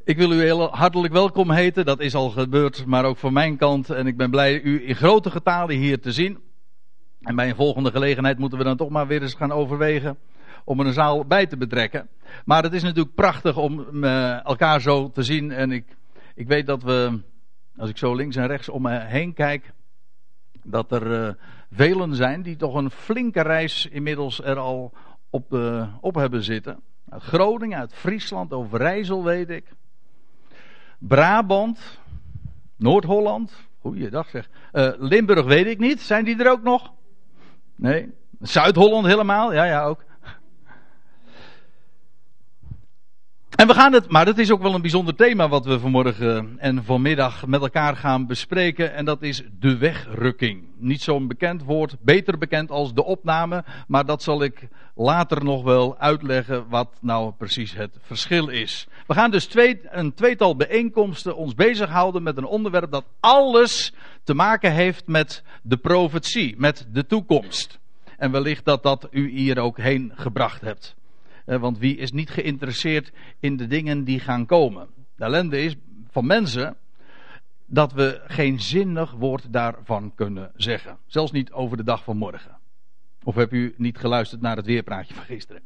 Ik wil u heel hartelijk welkom heten. Dat is al gebeurd, maar ook van mijn kant. En ik ben blij u in grote getalen hier te zien. En bij een volgende gelegenheid moeten we dan toch maar weer eens gaan overwegen om er een zaal bij te betrekken. Maar het is natuurlijk prachtig om elkaar zo te zien. En ik weet dat we, als ik zo links en rechts om me heen kijk, dat er velen zijn die toch een flinke reis inmiddels er al op hebben zitten. Uit Groningen, uit Friesland, Overijssel weet ik. Brabant, Noord-Holland, goeiedag zeg. Limburg weet ik niet, zijn die er ook nog? Nee, Zuid-Holland helemaal, ja ook. En we gaan het, maar dat is ook wel een bijzonder thema wat we vanmorgen en vanmiddag met elkaar gaan bespreken. En dat is de wegrukking. Niet zo'n bekend woord, beter bekend als de opname. Maar dat zal ik later nog wel uitleggen wat nou precies het verschil is. We gaan dus een tweetal bijeenkomsten ons bezighouden met een onderwerp dat alles te maken heeft met de profetie, met de toekomst. En wellicht dat u hier ook heen gebracht hebt. Want wie is niet geïnteresseerd in de dingen die gaan komen? De ellende is van mensen dat we geen zinnig woord daarvan kunnen zeggen. Zelfs niet over de dag van morgen. Of heb u niet geluisterd naar het weerpraatje van gisteren?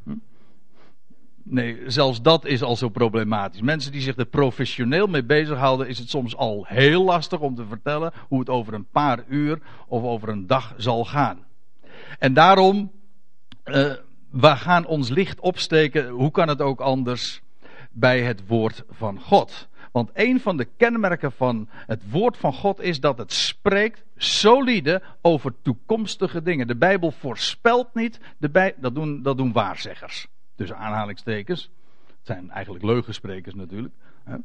Nee, zelfs dat is al zo problematisch. Mensen die zich er professioneel mee bezighouden, is het soms al heel lastig om te vertellen hoe het over een paar uur of over een dag zal gaan. En daarom, we gaan ons licht opsteken, hoe kan het ook anders, bij het woord van God. Want een van de kenmerken van het woord van God is dat het spreekt solide over toekomstige dingen. De Bijbel voorspelt niet, dat doen waarzeggers. Tussen aanhalingstekens. Het zijn eigenlijk leugensprekers natuurlijk.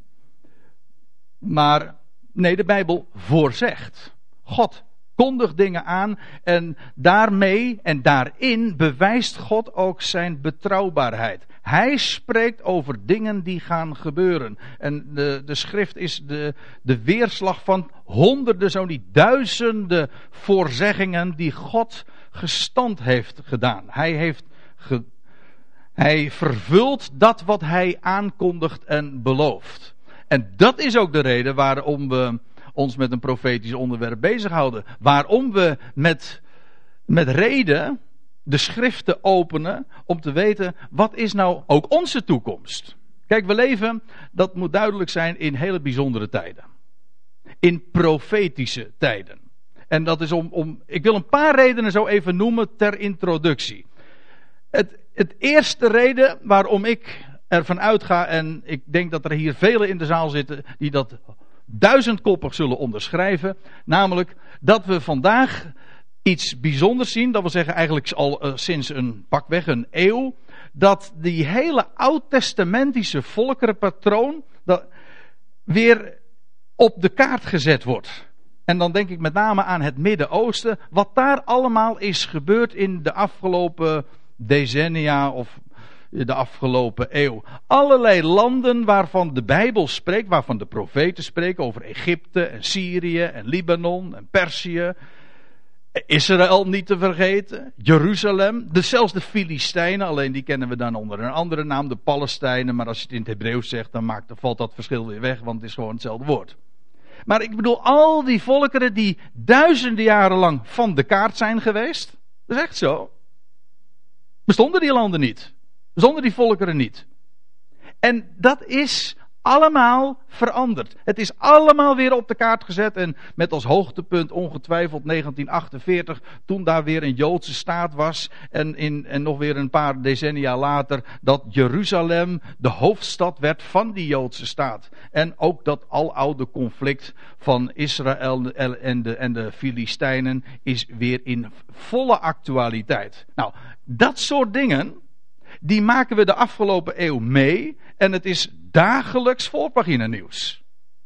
Maar nee, de Bijbel voorzegt. God kondigt dingen aan en daarmee en daarin bewijst God ook zijn betrouwbaarheid. Hij spreekt over dingen die gaan gebeuren. En de schrift is de weerslag van honderden, zo niet duizenden voorzeggingen die God gestand heeft gedaan. Hij vervult dat wat hij aankondigt en belooft. En dat is ook de reden waarom we ons met een profetisch onderwerp bezighouden. Waarom we met reden de schriften openen om te weten wat is nou ook onze toekomst. Kijk, we leven, dat moet duidelijk zijn, in hele bijzondere tijden. In profetische tijden. En dat is ik wil een paar redenen zo even noemen ter introductie. Het eerste reden waarom ik ervan uitga, en ik denk dat er hier velen in de zaal zitten die dat 1000-koppig zullen onderschrijven, namelijk dat we vandaag iets bijzonders zien, dat wil zeggen eigenlijk al sinds pakweg een eeuw, dat die hele oud-testamentische volkerenpatroon dat weer op de kaart gezet wordt. En dan denk ik met name aan het Midden-Oosten, wat daar allemaal is gebeurd in de afgelopen decennia of de afgelopen eeuw. Allerlei landen waarvan de Bijbel spreekt, waarvan de profeten spreken, over Egypte en Syrië en Libanon en Perzië. Israël niet te vergeten, Jeruzalem, zelfs de Filistijnen, alleen die kennen we dan onder een andere naam, de Palestijnen, maar als je het in het Hebreeuws zegt, dan valt dat verschil weer weg, want het is gewoon hetzelfde woord. Maar ik bedoel, al die volkeren die duizenden jaren lang van de kaart zijn geweest, dat is echt zo. Bestonden die landen niet. Zonder die volkeren niet. En dat is allemaal veranderd. Het is allemaal weer op de kaart gezet. En met als hoogtepunt ongetwijfeld 1948. Toen daar weer een Joodse staat was. En nog weer een paar decennia later. Dat Jeruzalem de hoofdstad werd van die Joodse staat. En ook dat aloude conflict van Israël en de Filistijnen is weer in volle actualiteit. Nou, dat soort dingen, die maken we de afgelopen eeuw mee. En het is dagelijks voorpagina nieuws.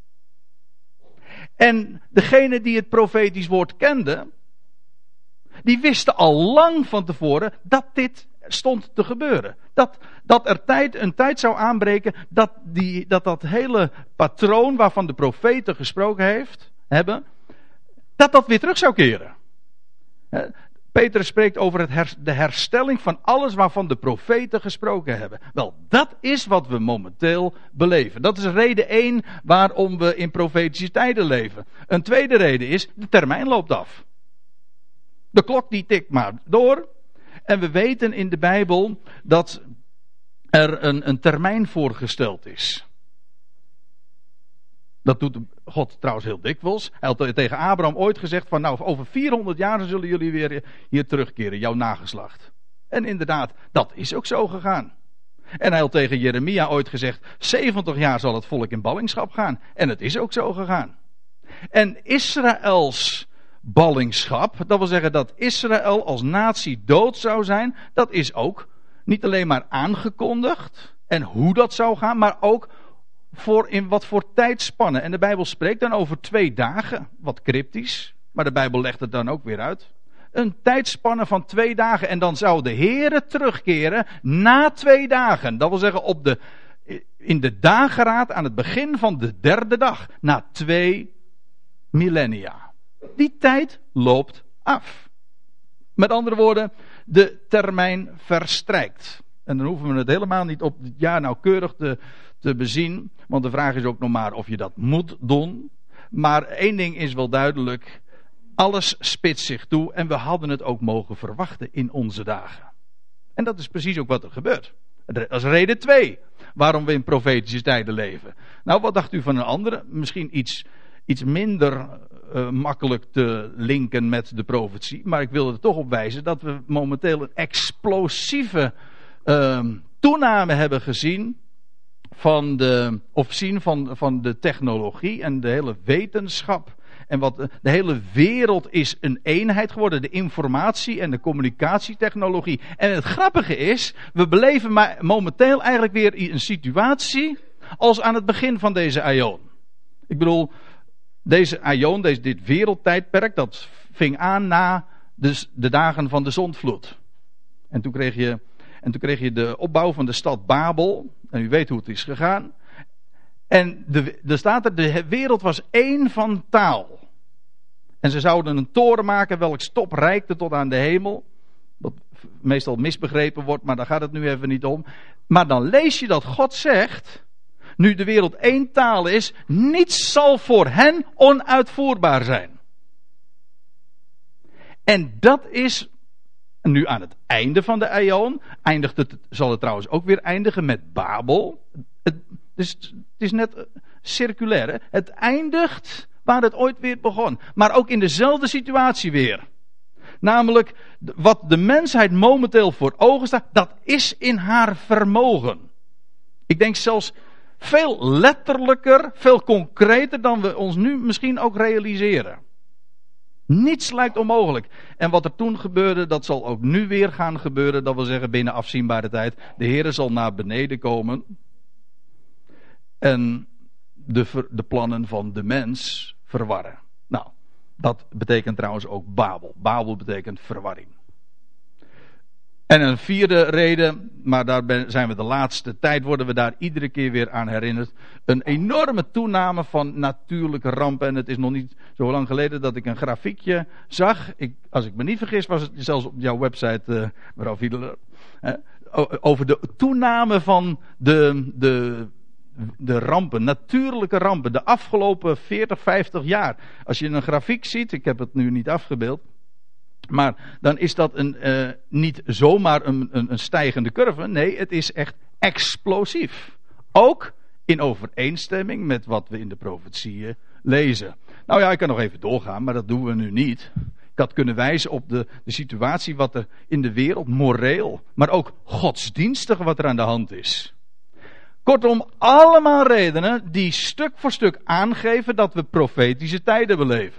En degene die het profetisch woord kenden, die wisten al lang van tevoren dat dit stond te gebeuren. Dat er een tijd zou aanbreken dat hele patroon waarvan de profeten gesproken hebben, dat weer terug zou keren. Petrus spreekt over de herstelling van alles waarvan de profeten gesproken hebben. Wel, dat is wat we momenteel beleven. Dat is reden 1 waarom we in profetische tijden leven. Een tweede reden is, de termijn loopt af. De klok die tikt maar door. En we weten in de Bijbel dat er een termijn voorgesteld is. Dat doet God trouwens heel dikwijls. Hij had tegen Abraham ooit gezegd van nou, over 400 jaar zullen jullie weer hier terugkeren, jouw nageslacht. En inderdaad, dat is ook zo gegaan. En hij had tegen Jeremia ooit gezegd, 70 jaar zal het volk in ballingschap gaan. En het is ook zo gegaan. En Israëls ballingschap, dat wil zeggen dat Israël als natie dood zou zijn, dat is ook niet alleen maar aangekondigd en hoe dat zou gaan, maar ook in wat voor tijdspannen. En de Bijbel spreekt dan over 2 dagen, wat cryptisch, maar de Bijbel legt het dan ook weer uit. Een tijdspanne van 2 dagen en dan zou de Heere terugkeren na 2 dagen. Dat wil zeggen in de dageraad aan het begin van de 3e dag, na 2 millennia. Die tijd loopt af. Met andere woorden, de termijn verstrijkt. En dan hoeven we het helemaal niet op het jaar nauwkeurig te bezien. Want de vraag is ook nog maar of je dat moet doen. Maar één ding is wel duidelijk. Alles spitst zich toe. En we hadden het ook mogen verwachten in onze dagen. En dat is precies ook wat er gebeurt. Dat is reden 2. Waarom we in profetische tijden leven. Nou, wat dacht u van een andere? Misschien iets minder makkelijk te linken met de profetie. Maar ik wil er toch op wijzen dat we momenteel een explosieve toename hebben gezien van de technologie en de hele wetenschap. En de hele wereld is een eenheid geworden. De informatie- en de communicatietechnologie. En het grappige is, we beleven momenteel eigenlijk weer een situatie als aan het begin van deze aion. Ik bedoel, deze aion, dit wereldtijdperk, dat ving aan na de dagen van de zondvloed. En toen kreeg je de opbouw van de stad Babel. En u weet hoe het is gegaan. En er staat er, de wereld was één van taal. En ze zouden een toren maken welk stop reikte tot aan de hemel. Wat meestal misbegrepen wordt, maar daar gaat het nu even niet om. Maar dan lees je dat God zegt, nu de wereld één taal is, niets zal voor hen onuitvoerbaar zijn. En dat is nu aan het einde van de aion. Zal het trouwens ook weer eindigen met Babel. Het is net circulair. Hè? Het eindigt waar het ooit weer begon. Maar ook in dezelfde situatie weer. Namelijk, wat de mensheid momenteel voor ogen staat, dat is in haar vermogen. Ik denk zelfs veel letterlijker, veel concreter dan we ons nu misschien ook realiseren. Niets lijkt onmogelijk. En wat er toen gebeurde, dat zal ook nu weer gaan gebeuren. Dat wil zeggen binnen afzienbare tijd. De Heere zal naar beneden komen. En de plannen van de mens verwarren. Nou, dat betekent trouwens ook Babel. Babel betekent verwarring. En een 4e reden, maar daar zijn we de laatste tijd, worden we daar iedere keer weer aan herinnerd. Een enorme toename van natuurlijke rampen. En het is nog niet zo lang geleden dat ik een grafiekje zag. Als ik me niet vergis was het zelfs op jouw website, mevrouw Wiedeler. Over de toename van de rampen, natuurlijke rampen. De afgelopen 40, 50 jaar. Als je een grafiek ziet, ik heb het nu niet afgebeeld. Maar dan is dat niet zomaar een stijgende curve. Nee, het is echt explosief. Ook in overeenstemming met wat we in de profetieën lezen. Nou ja, ik kan nog even doorgaan, maar dat doen we nu niet. Ik had kunnen wijzen op de situatie wat er in de wereld moreel, maar ook godsdienstig wat er aan de hand is. Kortom, allemaal redenen die stuk voor stuk aangeven dat we profetische tijden beleven.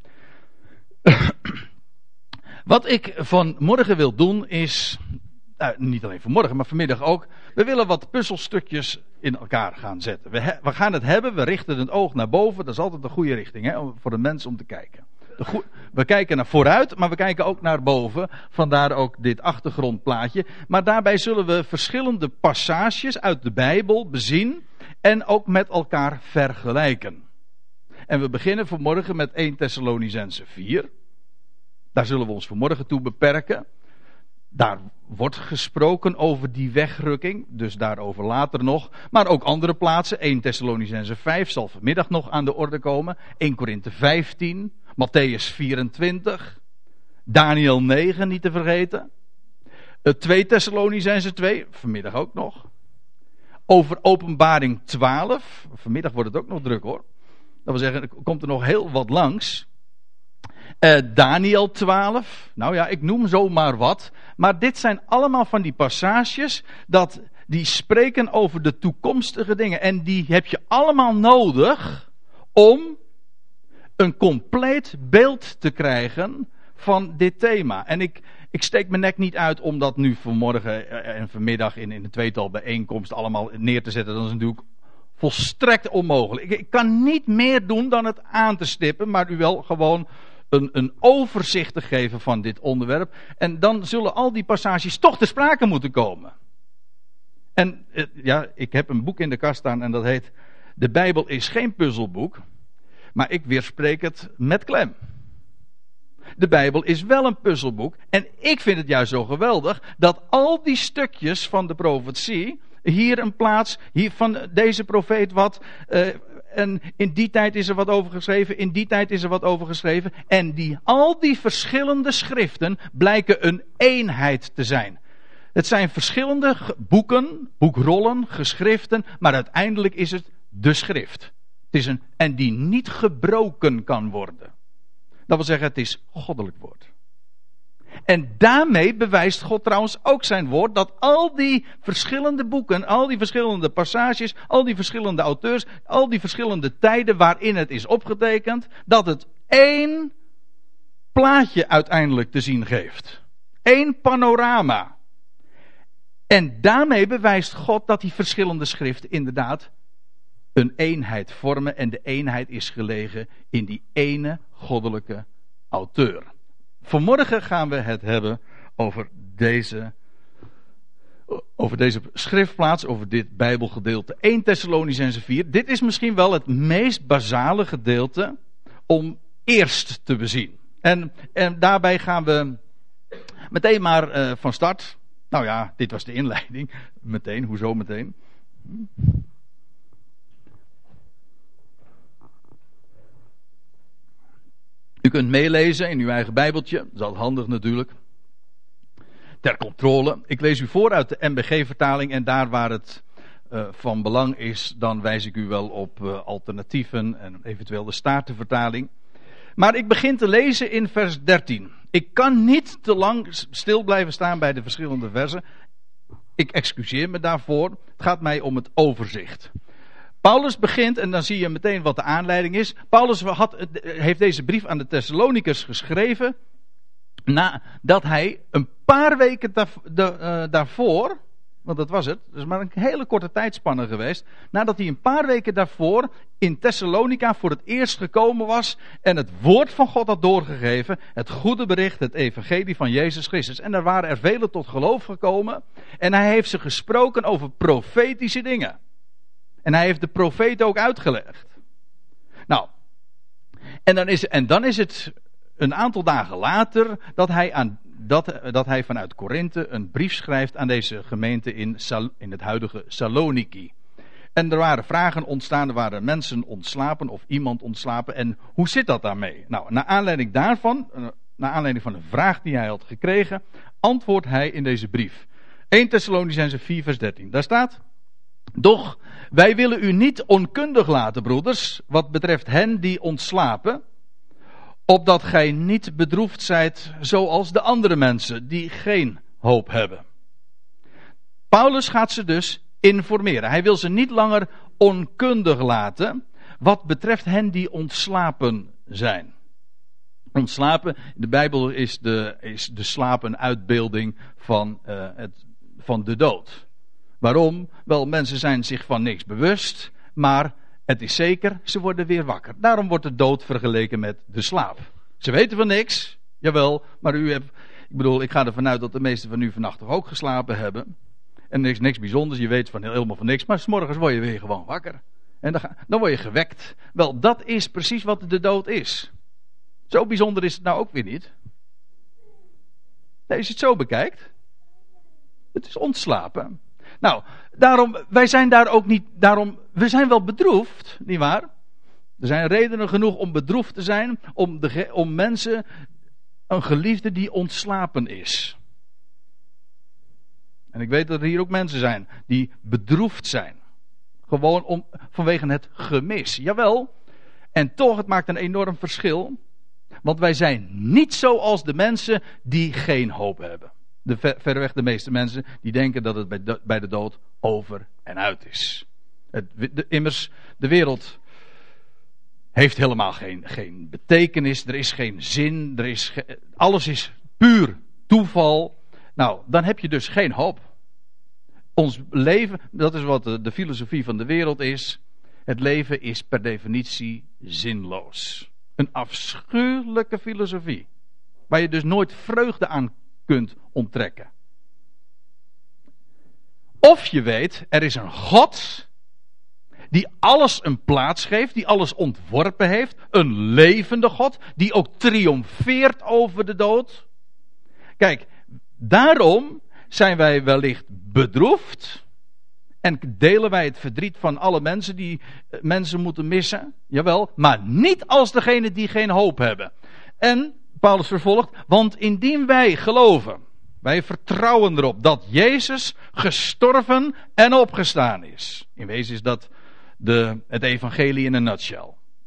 Wat ik vanmorgen wil doen is, niet alleen vanmorgen, maar vanmiddag ook. We willen wat puzzelstukjes in elkaar gaan zetten. We gaan het hebben, we richten het oog naar boven. Dat is altijd een goede richting, hè, voor de mens om te kijken. We kijken naar vooruit, maar we kijken ook naar boven. Vandaar ook dit achtergrondplaatje. Maar daarbij zullen we verschillende passages uit de Bijbel bezien en ook met elkaar vergelijken. En we beginnen vanmorgen met 1 Thessalonicenzen 4. Daar zullen we ons vanmorgen toe beperken. Daar wordt gesproken over die wegrukking, dus daarover later nog. Maar ook andere plaatsen, 1 Thessalonicenzen 5 zal vanmiddag nog aan de orde komen. 1 Korinthe 15, Mattheüs 24, Daniel 9 niet te vergeten. 2 Thessalonicenzen 2, vanmiddag ook nog. Over Openbaring 12, vanmiddag wordt het ook nog druk hoor. Dat wil zeggen, er komt er nog heel wat langs. Daniel 12, nou ja, ik noem zomaar wat. Maar dit zijn allemaal van die passages die spreken over de toekomstige dingen. En die heb je allemaal nodig om een compleet beeld te krijgen van dit thema. En ik steek mijn nek niet uit om dat nu vanmorgen en vanmiddag in een tweetal bijeenkomst allemaal neer te zetten. Dat is natuurlijk volstrekt onmogelijk. Ik kan niet meer doen dan het aan te stippen, maar u wel gewoon een overzicht te geven van dit onderwerp. En dan zullen al die passages toch ter sprake moeten komen. En ja, ik heb een boek in de kast staan en dat heet: De Bijbel is geen puzzelboek, maar ik weerspreek het met klem. De Bijbel is wel een puzzelboek. En ik vind het juist zo geweldig dat al die stukjes van de profetie, hier een plaats, hier van deze profeet wat, en in die tijd is er wat over geschreven, in die tijd is er wat over geschreven. En al die verschillende schriften blijken een eenheid te zijn. Het zijn verschillende boeken, boekrollen, geschriften, maar uiteindelijk is het de schrift. Het is en die niet gebroken kan worden. Dat wil zeggen, het is goddelijk woord. En daarmee bewijst God trouwens ook zijn woord, dat al die verschillende boeken, al die verschillende passages, al die verschillende auteurs, al die verschillende tijden waarin het is opgetekend, dat het één plaatje uiteindelijk te zien geeft. Eén panorama. En daarmee bewijst God dat die verschillende schriften inderdaad een eenheid vormen. En de eenheid is gelegen in die ene goddelijke auteur. Vanmorgen gaan we het hebben over deze schriftplaats, over dit Bijbelgedeelte. 1 Thessalonicenzen 4. Dit is misschien wel het meest basale gedeelte om eerst te bezien. En daarbij gaan we meteen maar van start. Nou ja, dit was de inleiding. Meteen, hoezo meteen? U kunt meelezen in uw eigen Bijbeltje. Dat is altijd handig natuurlijk. Ter controle. Ik lees u voor uit de MBG-vertaling. En daar waar het van belang is, dan wijs ik u wel op alternatieven en eventueel de Statenvertaling. Maar ik begin te lezen in vers 13. Ik kan niet te lang stil blijven staan bij de verschillende versen. Ik excuseer me daarvoor. Het gaat mij om het overzicht. Paulus begint, en dan zie je meteen wat de aanleiding is. Paulus heeft deze brief aan de Thessalonicërs geschreven nadat hij een paar weken daarvoor, want dat was het, dus maar een hele korte tijdspanne geweest, nadat hij een paar weken daarvoor in Thessalonica voor het eerst gekomen was en het woord van God had doorgegeven, het goede bericht, het evangelie van Jezus Christus. En daar waren er velen tot geloof gekomen en hij heeft ze gesproken over profetische dingen. En hij heeft de profeet ook uitgelegd. Nou, en dan is het een aantal dagen later dat hij vanuit Korinthe een brief schrijft aan deze gemeente in het huidige Saloniki. En er waren vragen ontstaan, er waren mensen ontslapen of iemand ontslapen. En hoe zit dat daarmee? Nou, naar aanleiding daarvan, naar aanleiding van een vraag die hij had gekregen, antwoordt hij in deze brief. 1 Thessalonicenzen 4 vers 13. Daar staat: Doch wij willen u niet onkundig laten, broeders, wat betreft hen die ontslapen, opdat gij niet bedroefd zijt zoals de andere mensen die geen hoop hebben. Paulus gaat ze dus informeren. Hij wil ze niet langer onkundig laten wat betreft hen die ontslapen zijn. Ontslapen, in de Bijbel is de slaap een uitbeelding van de dood. Waarom? Wel, mensen zijn zich van niks bewust, maar het is zeker, ze worden weer wakker. Daarom wordt de dood vergeleken met de slaap. Ze weten van niks, jawel, maar ik ga ervan uit dat de meesten van u vannacht toch ook geslapen hebben. En niks bijzonders, je weet helemaal van niks, maar 's morgens word je weer gewoon wakker. En dan word je gewekt. Wel, dat is precies wat de dood is. Zo bijzonder is het nou ook weer niet. Nee, als je het zo bekijkt. Het is ontslapen. Nou, daarom, wij zijn daar ook niet, we zijn wel bedroefd, nietwaar? Er zijn redenen genoeg om bedroefd te zijn, om mensen, een geliefde die ontslapen is. En ik weet dat er hier ook mensen zijn die bedroefd zijn. Gewoon vanwege het gemis. Jawel. En toch, het maakt een enorm verschil. Want wij zijn niet zoals de mensen die geen hoop hebben. Verreweg de meeste mensen die denken dat het bij de dood over en uit is. Immers, de wereld heeft helemaal geen betekenis. Er is geen zin. Alles is puur toeval. Nou, dan heb je dus geen hoop. Ons leven, dat is wat de filosofie van de wereld is. Het leven is per definitie zinloos. Een afschuwelijke filosofie. Waar je dus nooit vreugde aan kunt onttrekken. Of je weet, er is een God die alles een plaats geeft, die alles ontworpen heeft. Een levende God, die ook triomfeert over de dood. Kijk, daarom zijn wij wellicht bedroefd. En delen wij het verdriet van alle mensen die mensen moeten missen. Jawel, maar niet als degene die geen hoop hebben. En Paulus vervolgt, want indien wij geloven, wij vertrouwen erop dat Jezus gestorven en opgestaan is. In wezen is dat het evangelie in een nutshell.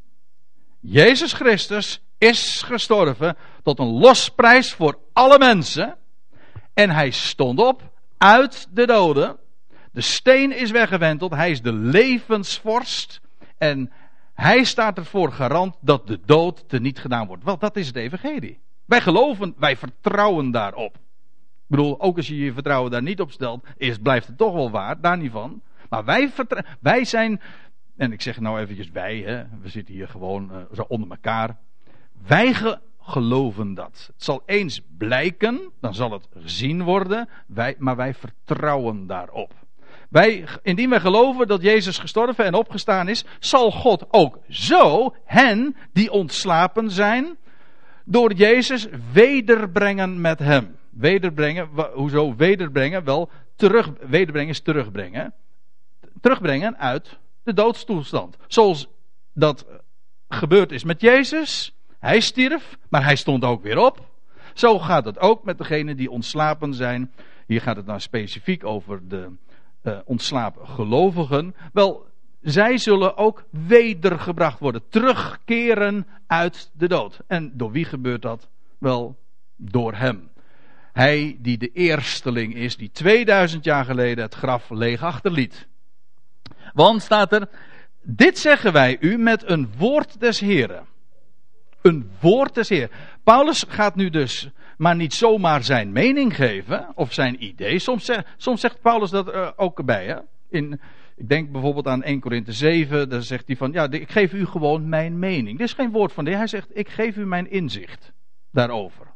Jezus Christus is gestorven tot een losprijs voor alle mensen. En hij stond op uit de doden. De steen is weggewenteld. Hij is de levensvorst. En hij staat ervoor garant dat de dood teniet gedaan wordt. Wel, dat is het evangelie. Wij geloven, wij vertrouwen daarop. Ik bedoel, ook als je je vertrouwen daar niet op stelt, blijft het toch wel waar, daar niet van. Maar wij zijn, en ik zeg nou eventjes wij, hè, we zitten hier gewoon zo onder elkaar. Wij geloven dat. Het zal eens blijken, dan zal het gezien worden, maar wij vertrouwen daarop. Indien wij geloven dat Jezus gestorven en opgestaan is, zal God ook zo hen die ontslapen zijn, door Jezus wederbrengen met hem. Wederbrengen, hoezo wederbrengen? Wel, wederbrengen is terugbrengen. Terugbrengen uit de doodstoestand. Zoals dat gebeurd is met Jezus. Hij stierf, maar hij stond ook weer op. Zo gaat het ook met degenen die ontslapen zijn. Hier gaat het nou specifiek over de ontslapen gelovigen. Wel, zij zullen ook wedergebracht worden. Terugkeren uit de dood. En door wie gebeurt dat? Wel, door hem. Hij die de eersteling is, die 2000 jaar geleden het graf leeg achterliet. Want staat er, dit zeggen wij u met een woord des Heren. Een woord des Heren. Paulus gaat nu dus maar niet zomaar zijn mening geven, of zijn idee. Soms zegt Paulus dat ook erbij. Hè? Ik denk bijvoorbeeld aan 1 Korinthe 7, daar zegt hij van, ja, ik geef u gewoon mijn mening. Dit is geen woord van de Heer. Hij zegt, ik geef u mijn inzicht daarover.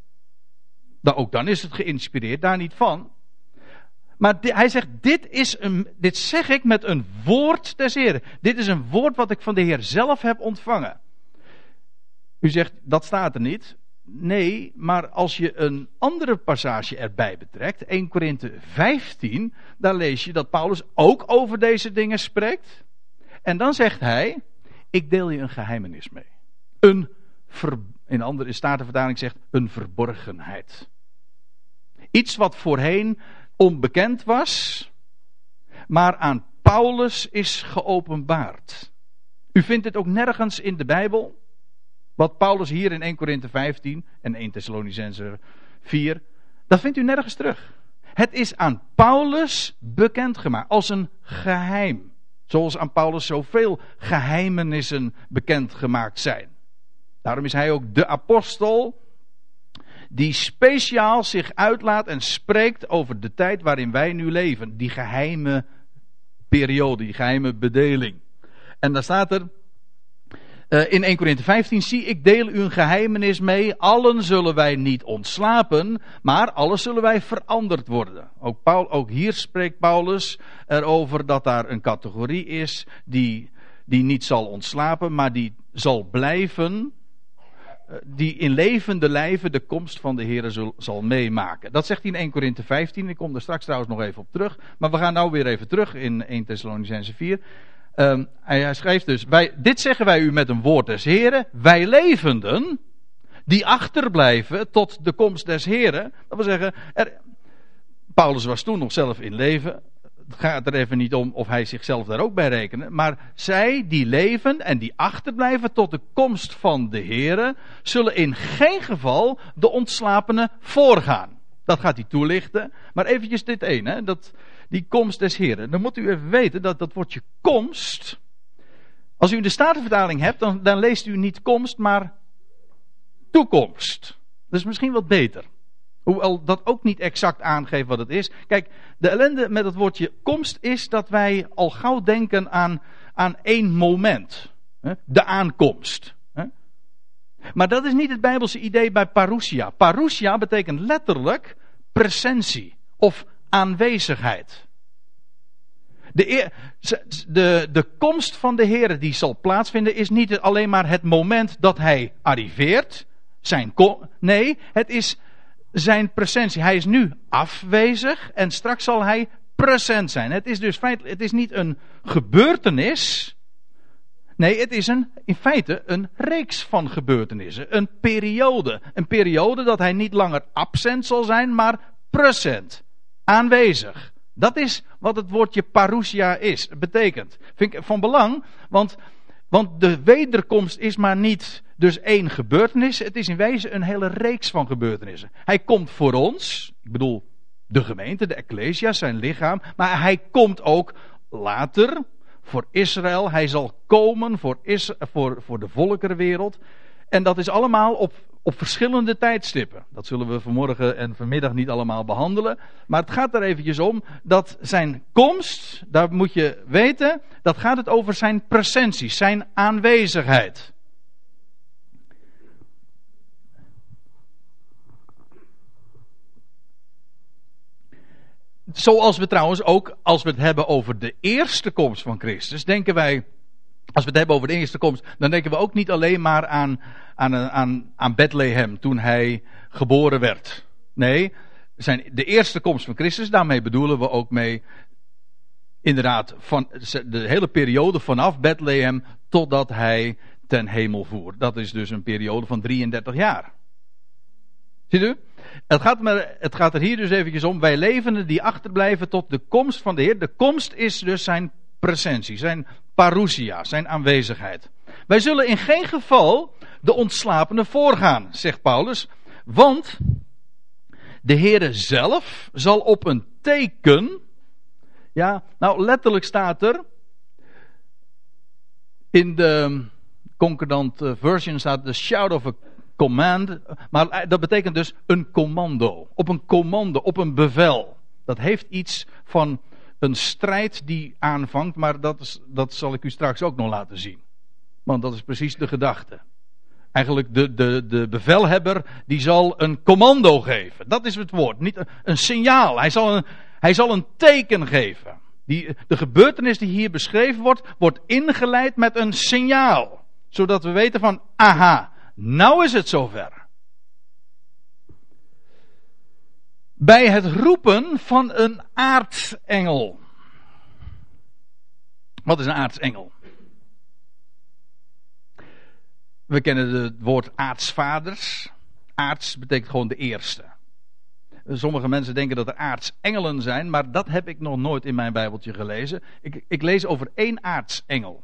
Ook dan is het geïnspireerd, daar niet van. Maar hij zegt, dit zeg ik met een woord des Heren. Dit is een woord wat ik van de Heer zelf heb ontvangen. U zegt, dat staat er niet. Nee, maar als je een andere passage erbij betrekt, 1 Korinthe 15, daar lees je dat Paulus ook over deze dingen spreekt. En dan zegt hij, ik deel je een geheimenis mee. In andere statenvertaling zegt, een verborgenheid. Iets wat voorheen onbekend was, maar aan Paulus is geopenbaard. U vindt dit ook nergens in de Bijbel. Wat Paulus hier in 1 Korinthe 15 en 1 Thessalonicenser 4, dat vindt u nergens terug. Het is aan Paulus bekendgemaakt als een geheim. Zoals aan Paulus zoveel geheimenissen bekendgemaakt zijn. Daarom is hij ook de apostel die speciaal zich uitlaat en spreekt over de tijd waarin wij nu leven. Die geheime periode, die geheime bedeling. En daar staat er in 1 Korinthe 15, zie ik deel u een geheimenis mee. Allen zullen wij niet ontslapen, maar allen zullen wij veranderd worden. Ook hier spreekt Paulus erover dat daar een categorie is die niet zal ontslapen, maar die zal blijven die in levende lijven de komst van de Heere zal meemaken. Dat zegt hij in 1 Korinthe 15. Ik kom er straks trouwens nog even op terug. Maar we gaan nou weer even terug in 1 Thessalonicenzen 4. Hij schrijft dus, dit zeggen wij u met een woord des Heren. Wij levenden, die achterblijven tot de komst des Heren. Dat wil zeggen, Paulus was toen nog zelf in leven. Het gaat er even niet om of hij zichzelf daar ook bij rekenen. Maar zij die leven en die achterblijven tot de komst van de Heere, zullen in geen geval de ontslapenen voorgaan. Dat gaat hij toelichten. Maar eventjes dit één, die komst des Heeren. Dan moet u even weten dat woordje komst. Als u de Statenvertaling hebt, dan leest u niet komst, maar toekomst. Dat is misschien wat beter. Hoewel dat ook niet exact aangeeft wat het is. Kijk, de ellende met het woordje komst is dat wij al gauw denken aan één moment. De aankomst. Maar dat is niet het Bijbelse idee bij parousia. Parousia betekent letterlijk presentie of aanwezigheid. De komst van de Heer die zal plaatsvinden is niet alleen maar het moment dat hij arriveert. Nee, het is zijn presentie. Hij is nu afwezig en straks zal hij present zijn. Het is dus feitelijk, het is niet een gebeurtenis. Nee, het is in feite een reeks van gebeurtenissen. Een periode. Een periode dat hij niet langer absent zal zijn, maar present. Aanwezig. Dat is wat het woordje parousia betekent. Vind ik van belang, want de wederkomst is maar niet dus één gebeurtenis. Het is in wezen een hele reeks van gebeurtenissen. Hij komt voor ons, ik bedoel de gemeente, de Ecclesia, zijn lichaam. Maar hij komt ook later voor Israël. Hij zal komen voor de volkerenwereld. En dat is allemaal op verschillende tijdstippen. Dat zullen we vanmorgen en vanmiddag niet allemaal behandelen. Maar het gaat er eventjes om dat zijn komst, daar moet je weten, dat gaat het over zijn presentie, zijn aanwezigheid. Zoals we trouwens ook, als we het hebben over de eerste komst van Christus, denken wij, als we het hebben over de eerste komst, dan denken we ook niet alleen maar aan Bethlehem toen hij geboren werd. Nee, de eerste komst van Christus, daarmee bedoelen we ook mee inderdaad van de hele periode vanaf Bethlehem totdat hij ten hemel voer. Dat is dus een periode van 33 jaar. Ziet u? Het gaat er hier dus eventjes om. Wij levenden die achterblijven tot de komst van de Heer. De komst is dus zijn presentie, zijn parousia, zijn aanwezigheid. Wij zullen in geen geval de ontslapenen voorgaan, zegt Paulus. Want de Heere zelf zal op een teken. Ja, nou letterlijk staat er. In de Concordant version staat the shout of a command. Maar dat betekent dus een commando. Op een bevel. Dat heeft iets van een strijd die aanvangt. Maar dat zal ik u straks ook nog laten zien. Want dat is precies de gedachte. Eigenlijk de bevelhebber die zal een commando geven. Dat is het woord. Niet een signaal. Hij zal een teken geven. De gebeurtenis die hier beschreven wordt ingeleid met een signaal. Zodat we weten van, aha, nou is het zover. Bij het roepen van een aartsengel. Wat is een aartsengel? We kennen het woord aartsvaders. Aarts betekent gewoon de eerste. Sommige mensen denken dat er aartsengelen zijn, maar dat heb ik nog nooit in mijn Bijbeltje gelezen. Ik lees over één aartsengel.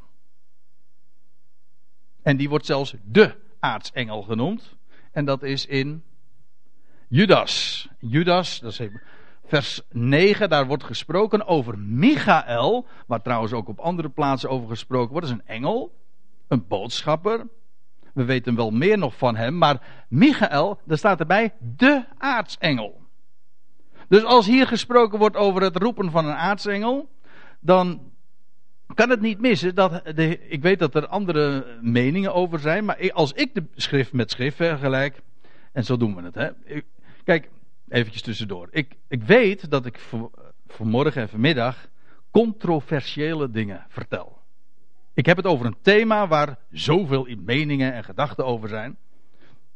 En die wordt zelfs de aartsengel genoemd. En dat is in Judas. Judas, dat is vers 9, daar wordt gesproken over Michael. Waar trouwens ook op andere plaatsen over gesproken wordt. Dat is een engel, een boodschapper. We weten wel meer nog van hem, maar Michael, daar staat erbij de aartsengel. Dus als hier gesproken wordt over het roepen van een aartsengel, dan kan het niet missen ik weet dat er andere meningen over zijn, maar als ik de schrift met schrift vergelijk, en zo doen we het. Hè. Kijk, eventjes tussendoor. Ik weet dat ik vanmorgen en vanmiddag controversiële dingen vertel. Ik heb het over een thema waar zoveel meningen en gedachten over zijn.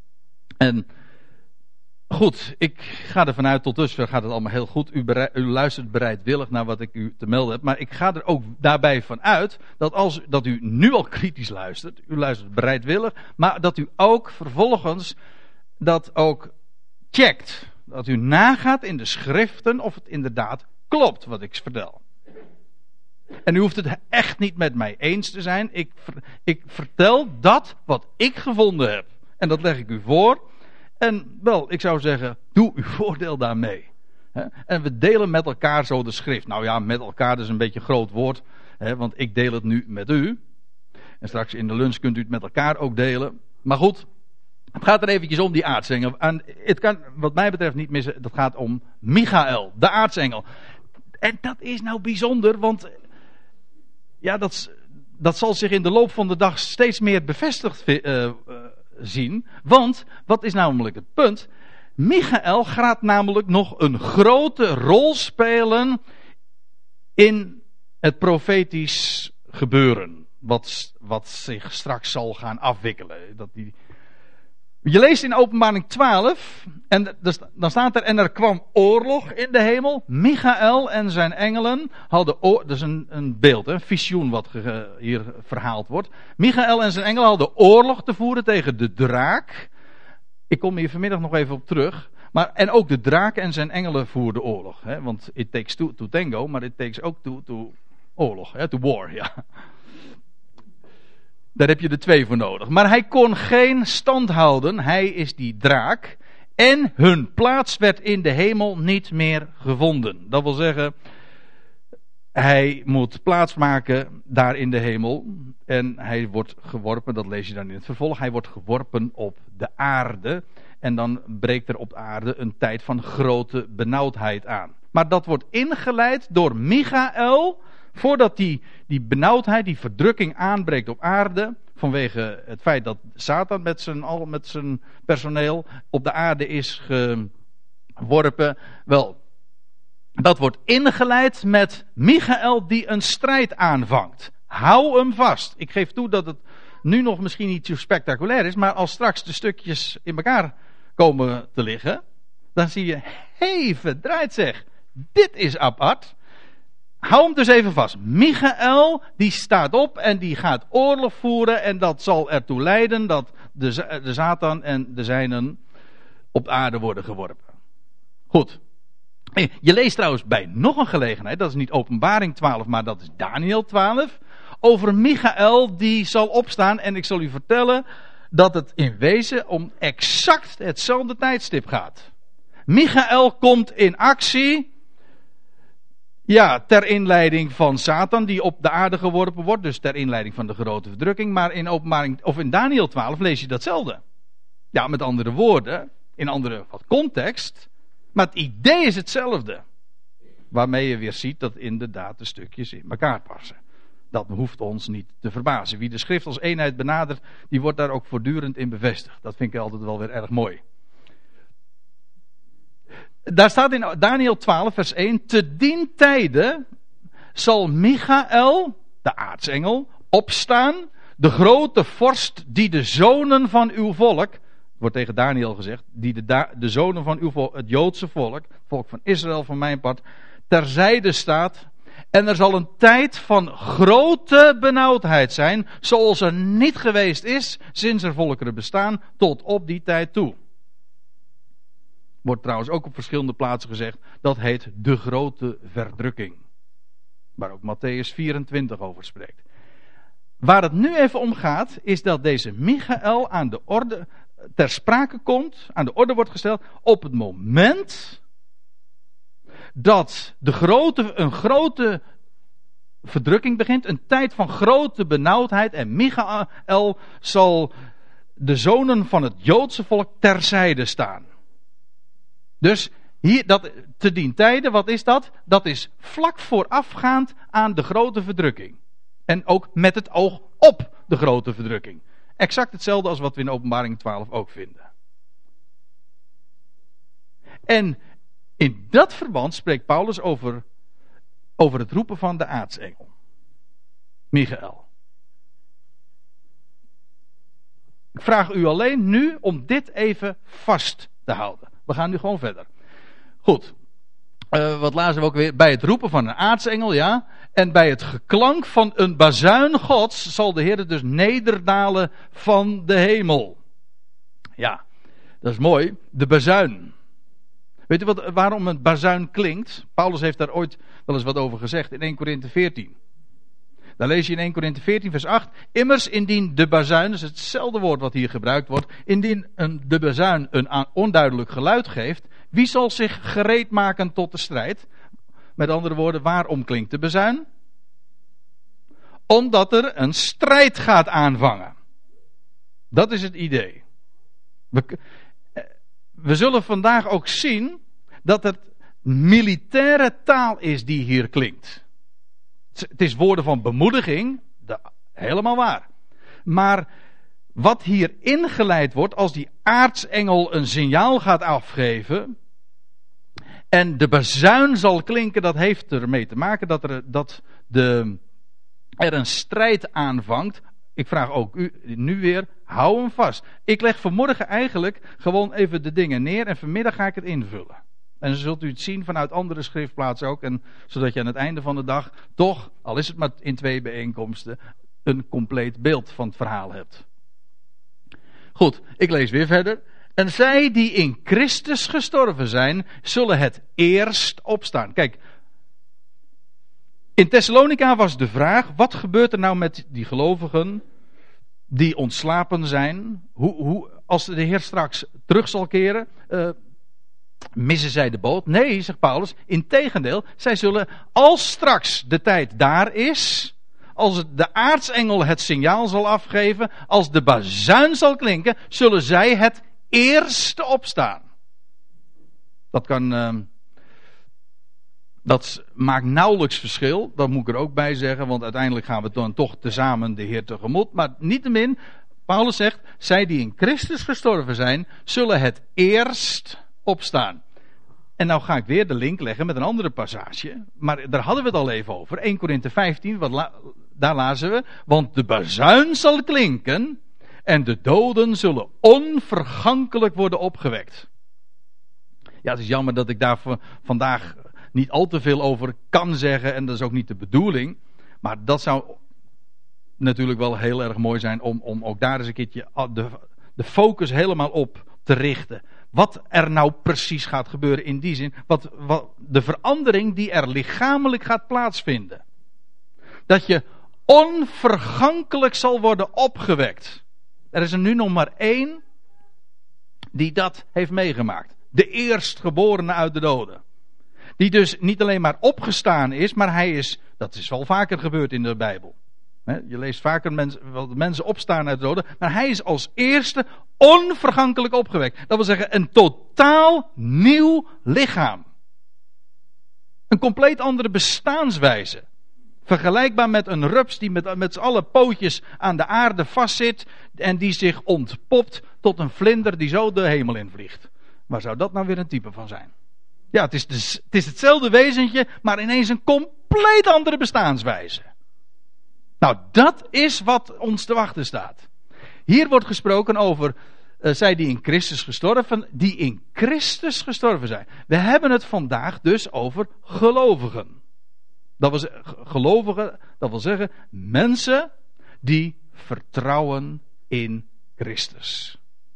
En goed, ik ga ervan uit, tot dusver gaat het allemaal heel goed. U luistert bereidwillig naar wat ik u te melden heb. Maar ik ga er ook daarbij van uit dat u nu al kritisch luistert. U luistert bereidwillig. Maar dat u ook vervolgens dat ook checkt. Dat u nagaat in de schriften of het inderdaad klopt wat ik vertel. En u hoeft het echt niet met mij eens te zijn. Ik vertel dat wat ik gevonden heb. En dat leg ik u voor. En wel, ik zou zeggen, doe uw voordeel daarmee. En we delen met elkaar zo de schrift. Nou ja, met elkaar is een beetje een groot woord. Want ik deel het nu met u. En straks in de lunch kunt u het met elkaar ook delen. Maar goed, het gaat er eventjes om die aartsengel. En het kan wat mij betreft niet missen. Dat gaat om Michael, de aartsengel. En dat is nou bijzonder, want ja, dat zal zich in de loop van de dag steeds meer bevestigd zien. Want, wat is namelijk het punt? Michael gaat namelijk nog een grote rol spelen in het profetisch gebeuren. Wat zich straks zal gaan afwikkelen. Je leest in Openbaring 12, en dan staat er, en er kwam oorlog in de hemel. Michael en zijn engelen hadden, dat is een beeld, een visioen wat hier verhaald wordt. Michael en zijn engelen hadden oorlog te voeren tegen de draak. Ik kom hier vanmiddag nog even op terug. En ook de draak en zijn engelen voerden oorlog. Want it takes two to tango, maar it takes ook two to oorlog, to war, ja. Daar heb je er 2 voor nodig. Maar hij kon geen stand houden. Hij is die draak. En hun plaats werd in de hemel niet meer gevonden. Dat wil zeggen, hij moet plaatsmaken daar in de hemel. En hij wordt geworpen, dat lees je dan in het vervolg. Hij wordt geworpen op de aarde. En dan breekt er op de aarde een tijd van grote benauwdheid aan. Maar dat wordt ingeleid door Michael. Voordat die benauwdheid, die verdrukking aanbreekt op aarde. Vanwege het feit dat Satan met zijn personeel op de aarde is geworpen. Wel, dat wordt ingeleid met Michael die een strijd aanvangt. Hou hem vast. Ik geef toe dat het nu nog misschien niet zo spectaculair is. Maar als straks de stukjes in elkaar komen te liggen. Dan zie je, verdraaid zeg. Dit is apart. Hou hem dus even vast. Michael, die staat op en die gaat oorlog voeren. En dat zal ertoe leiden dat de Satan en de zijnen op aarde worden geworpen. Goed. Je leest trouwens bij nog een gelegenheid. Dat is niet Openbaring 12, maar dat is Daniel 12. Over Michael die zal opstaan. En ik zal u vertellen dat het in wezen om exact hetzelfde tijdstip gaat. Michael komt in actie. Ja, ter inleiding van Satan die op de aarde geworpen wordt. Dus ter inleiding van de grote verdrukking. Maar in Daniel 12 lees je datzelfde. Ja, met andere woorden. In andere context. Maar het idee is hetzelfde. Waarmee je weer ziet dat inderdaad de stukjes in elkaar passen. Dat hoeft ons niet te verbazen. Wie de schrift als eenheid benadert, die wordt daar ook voortdurend in bevestigd. Dat vind ik altijd wel weer erg mooi. Daar staat in Daniel 12 vers 1. Te dien tijde zal Michael, de aartsengel, opstaan. De grote vorst die de zonen van uw volk, wordt tegen Daniel gezegd, die de zonen van uw volk, het Joodse volk, het volk van Israël van mijn part, terzijde staat. En er zal een tijd van grote benauwdheid zijn, zoals er niet geweest is sinds er volkeren bestaan, tot op die tijd toe. Wordt trouwens ook op verschillende plaatsen gezegd, dat heet de grote verdrukking. Waar ook Matthäus 24 over spreekt. Waar het nu even om gaat, is dat deze Michael aan de orde ter sprake komt, aan de orde wordt gesteld, op het moment dat een grote verdrukking begint, een tijd van grote benauwdheid, en Michael zal de zonen van het Joodse volk terzijde staan. Dus te dien tijde, wat is dat? Dat is vlak voorafgaand aan de grote verdrukking. En ook met het oog op de grote verdrukking. Exact hetzelfde als wat we in Openbaring 12 ook vinden. En in dat verband spreekt Paulus over het roepen van de aartsengel. Michael. Ik vraag u alleen nu om dit even vast te houden. We gaan nu gewoon verder. Goed. Wat lazen we ook weer? Bij het roepen van een aartsengel, ja. En bij het geklank van een bazuin Gods zal de Heer dus nederdalen van de hemel. Ja, dat is mooi. De bazuin. Weet u waarom een bazuin klinkt? Paulus heeft daar ooit wel eens wat over gezegd in 1 Korinthe 14. Daar lees je in 1 Korinthe 14 vers 8. Immers indien de bazuin, dat is hetzelfde woord wat hier gebruikt wordt. Indien de bazuin een onduidelijk geluid geeft. Wie zal zich gereed maken tot de strijd? Met andere woorden, waarom klinkt de bazuin? Omdat er een strijd gaat aanvangen. Dat is het idee. We zullen vandaag ook zien dat het militaire taal is die hier klinkt. Het is woorden van bemoediging, helemaal waar. Maar wat hier ingeleid wordt als die aartsengel een signaal gaat afgeven en de bazuin zal klinken, dat heeft ermee te maken dat er een strijd aanvangt. Ik vraag ook u nu weer, hou hem vast. Ik leg vanmorgen eigenlijk gewoon even de dingen neer en vanmiddag ga ik het invullen. En dan zult u het zien vanuit andere schriftplaatsen ook. En zodat je aan het einde van de dag toch, al is het maar in 2 bijeenkomsten, een compleet beeld van het verhaal hebt. Goed, ik lees weer verder. En zij die in Christus gestorven zijn, zullen het eerst opstaan. Kijk, in Thessalonica was de vraag, wat gebeurt er nou met die gelovigen die ontslapen zijn? Als de Heer straks terug zal keren, missen zij de boot? Nee, zegt Paulus, integendeel, zij zullen, als straks de tijd daar is, als de aartsengel het signaal zal afgeven, als de bazuin zal klinken, zullen zij het eerste opstaan. Dat maakt nauwelijks verschil, dat moet ik er ook bij zeggen, want uiteindelijk gaan we dan toch tezamen de Heer tegemoet. Maar niettemin, Paulus zegt, zij die in Christus gestorven zijn, zullen het eerst opstaan. En nou ga ik weer de link leggen met een andere passage, maar daar hadden we het al even over. 1 Korinthe 15, daar lazen we, want de bazuin zal klinken en de doden zullen onvergankelijk worden opgewekt. Ja, het is jammer dat ik daar vandaag niet al te veel over kan zeggen en dat is ook niet de bedoeling. Maar dat zou natuurlijk wel heel erg mooi zijn om ook daar eens een keertje de focus helemaal op te richten. Wat er nou precies gaat gebeuren in die zin. Wat de verandering die er lichamelijk gaat plaatsvinden. Dat je onvergankelijk zal worden opgewekt. Er is er nu nog maar 1 die dat heeft meegemaakt. De eerstgeborene uit de doden. Die dus niet alleen maar opgestaan is, maar hij is, dat is wel vaker gebeurd in de Bijbel. Je leest vaker mensen opstaan uit de doden, maar hij is als eerste onvergankelijk opgewekt. Dat wil zeggen, een totaal nieuw lichaam. Een compleet andere bestaanswijze. Vergelijkbaar met een rups die met z'n allen pootjes aan de aarde vastzit en die zich ontpopt tot een vlinder die zo de hemel invliegt. Waar zou dat nou weer een type van zijn? Ja, het is hetzelfde wezentje, maar ineens een compleet andere bestaanswijze. Nou, dat is wat ons te wachten staat. Hier wordt gesproken over zij die in Christus gestorven zijn. We hebben het vandaag dus over gelovigen. Gelovigen, dat wil zeggen mensen die vertrouwen in Christus.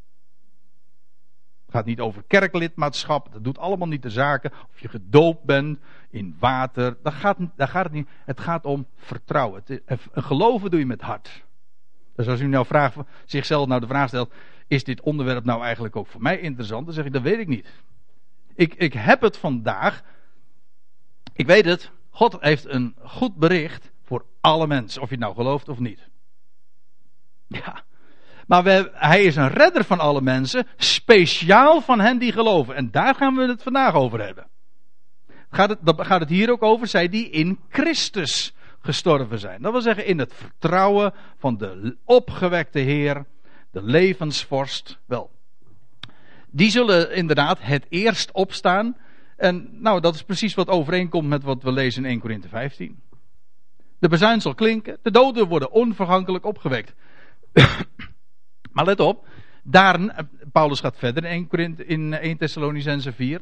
Het gaat niet over kerklidmaatschap, dat doet allemaal niet de zaken. Of je gedoopt bent in water, daar gaat het niet. Het gaat om vertrouwen. Geloven doe je met hart. Dus als u nou zichzelf nou de vraag stelt, is dit onderwerp nou eigenlijk ook voor mij interessant? Dan zeg ik, dat weet ik niet. Ik heb het vandaag, ik weet het, God heeft een goed bericht voor alle mensen, of je het nou gelooft of niet. Ja. Maar hij is een redder van alle mensen, speciaal van hen die geloven. En daar gaan we het vandaag over hebben. Gaat het hier ook over, zij die in Christus gestorven zijn. Dat wil zeggen in het vertrouwen van de opgewekte Heer, de levensvorst. Wel, die zullen inderdaad het eerst opstaan. En nou, dat is precies wat overeenkomt met wat we lezen in 1 Korinthe 15. De bazuin zal klinken, de doden worden onvergankelijk opgewekt. Maar let op, Paulus gaat verder in 1 Thessalonicenzen 4.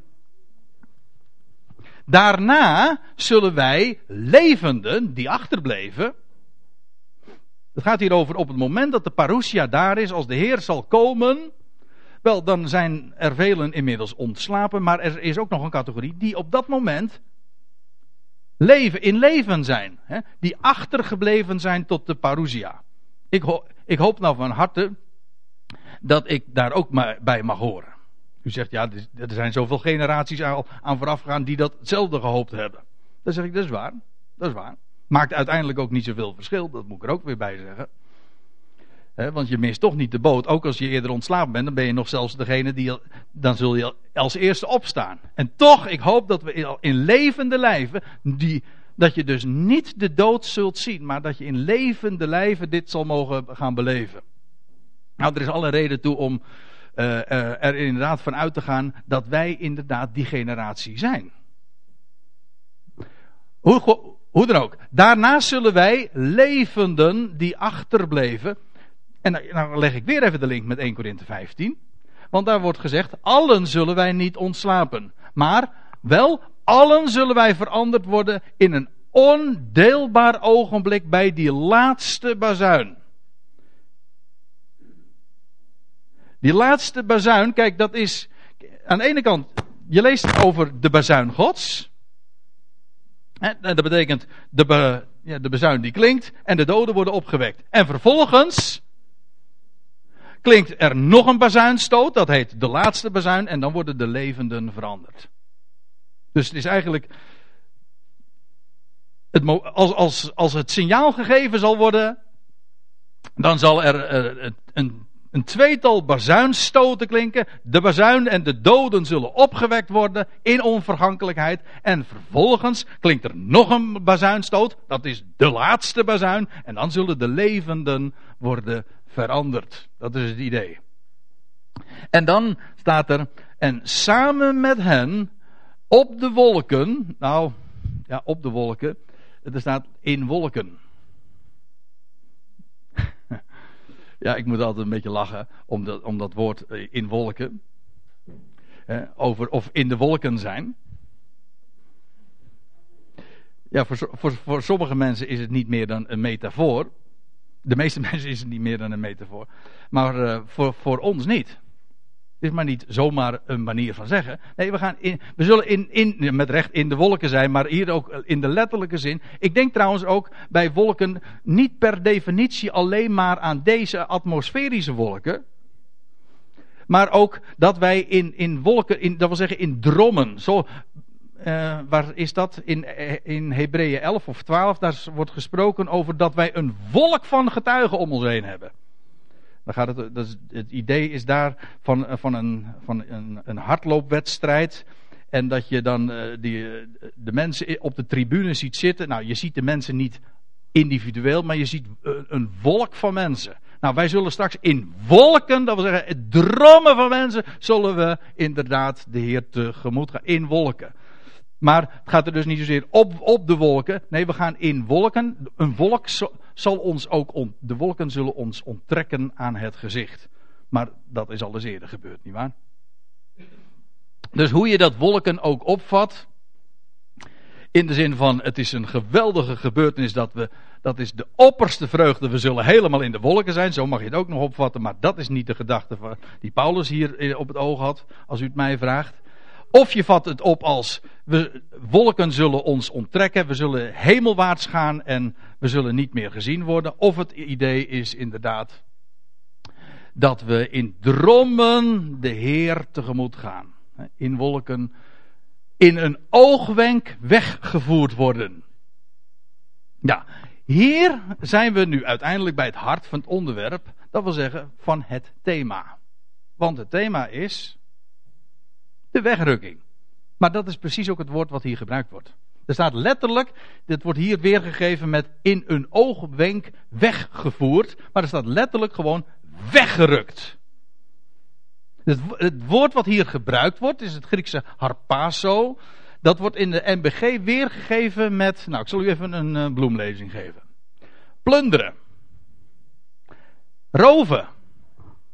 Daarna zullen wij levenden, die achterbleven. Het gaat hier over op het moment dat de parousia daar is, als de Heer zal komen. Wel, dan zijn er velen inmiddels ontslapen, maar er is ook nog een categorie die op dat moment in leven zijn. Hè, die achtergebleven zijn tot de parousia. Ik hoop nou van harte dat ik daar ook bij mag horen. U zegt, ja, er zijn zoveel generaties al aan vooraf gegaan die dat hetzelfde gehoopt hebben. Dan zeg ik, dat is waar. Dat is waar. Maakt uiteindelijk ook niet zoveel verschil, dat moet ik er ook weer bij zeggen. Want je mist toch niet de boot. Ook als je eerder ontslapen bent, dan ben je nog zelfs degene dan zul je als eerste opstaan. En toch, ik hoop dat we in levende lijven, dat je dus niet de dood zult zien, maar dat je in levende lijven dit zal mogen gaan beleven. Nou, er is alle reden toe om er inderdaad van uit te gaan dat wij inderdaad die generatie zijn. Hoe dan ook. Daarna zullen wij levenden die achterbleven. En dan leg ik weer even de link met 1 Korinthe 15. Want daar wordt gezegd, allen zullen wij niet ontslapen. Maar wel, allen zullen wij veranderd worden in een ondeelbaar ogenblik bij die laatste bazuin. Die laatste bazuin, kijk, dat is aan de ene kant, je leest over de bazuin Gods. Dat betekent de bazuin die klinkt en de doden worden opgewekt. En vervolgens klinkt er nog een bazuinstoot, dat heet de laatste bazuin, en dan worden de levenden veranderd. Dus het is eigenlijk, als het signaal gegeven zal worden, dan zal er een tweetal bazuinstoten klinken. De bazuin en de doden zullen opgewekt worden in onvergankelijkheid. En vervolgens klinkt er nog een bazuinstoot. Dat is de laatste bazuin. En dan zullen de levenden worden veranderd. Dat is het idee. En dan staat er, en samen met hen op de wolken. Nou, ja, op de wolken. Er staat in wolken. Ja, ik moet altijd een beetje lachen om dat woord in wolken. Over of in de wolken zijn. Ja, voor sommige mensen is het niet meer dan een metafoor. De meeste mensen is het niet meer dan een metafoor. Maar voor ons niet. Het is maar niet zomaar een manier van zeggen. Nee, we zullen met recht in de wolken zijn, maar hier ook in de letterlijke zin. Ik denk trouwens ook bij wolken niet per definitie alleen maar aan deze atmosferische wolken. Maar ook dat wij in wolken, dat wil zeggen in drommen. Zo, waar is dat? In Hebreeën 11 of 12, daar wordt gesproken over dat wij een wolk van getuigen om ons heen hebben. Dan gaat het idee is daar van een hardloopwedstrijd. En dat je dan de mensen op de tribune ziet zitten. Nou, je ziet de mensen niet individueel, maar je ziet een wolk van mensen. Nou, wij zullen straks in wolken, dat wil zeggen, het drommen van mensen, zullen we inderdaad de Heer tegemoet gaan. In wolken. Maar het gaat er dus niet zozeer op de wolken. Nee, we gaan in wolken. Een wolk zal ons ook, de wolken zullen ons onttrekken aan het gezicht. Maar dat is al eens eerder gebeurd, nietwaar? Dus hoe je dat wolken ook opvat, in de zin van, het is een geweldige gebeurtenis dat is de opperste vreugde, we zullen helemaal in de wolken zijn, zo mag je het ook nog opvatten, maar dat is niet de gedachte die Paulus hier op het oog had, als u het mij vraagt. Of je vat het op als, wolken zullen ons onttrekken, we zullen hemelwaarts gaan en we zullen niet meer gezien worden. Of het idee is inderdaad dat we in drommen de Heer tegemoet gaan. In wolken, in een oogwenk weggevoerd worden. Ja, hier zijn we nu uiteindelijk bij het hart van het onderwerp, dat wil zeggen van het thema. Want het thema is de wegrukking. Maar dat is precies ook het woord wat hier gebruikt wordt. Er staat letterlijk, dit wordt hier weergegeven met in een oogwenk weggevoerd. Maar er staat letterlijk gewoon weggerukt. Het woord wat hier gebruikt wordt is het Griekse harpazo. Dat wordt in de NBG weergegeven met, nou ik zal u even een bloemlezing geven. Plunderen. Roven.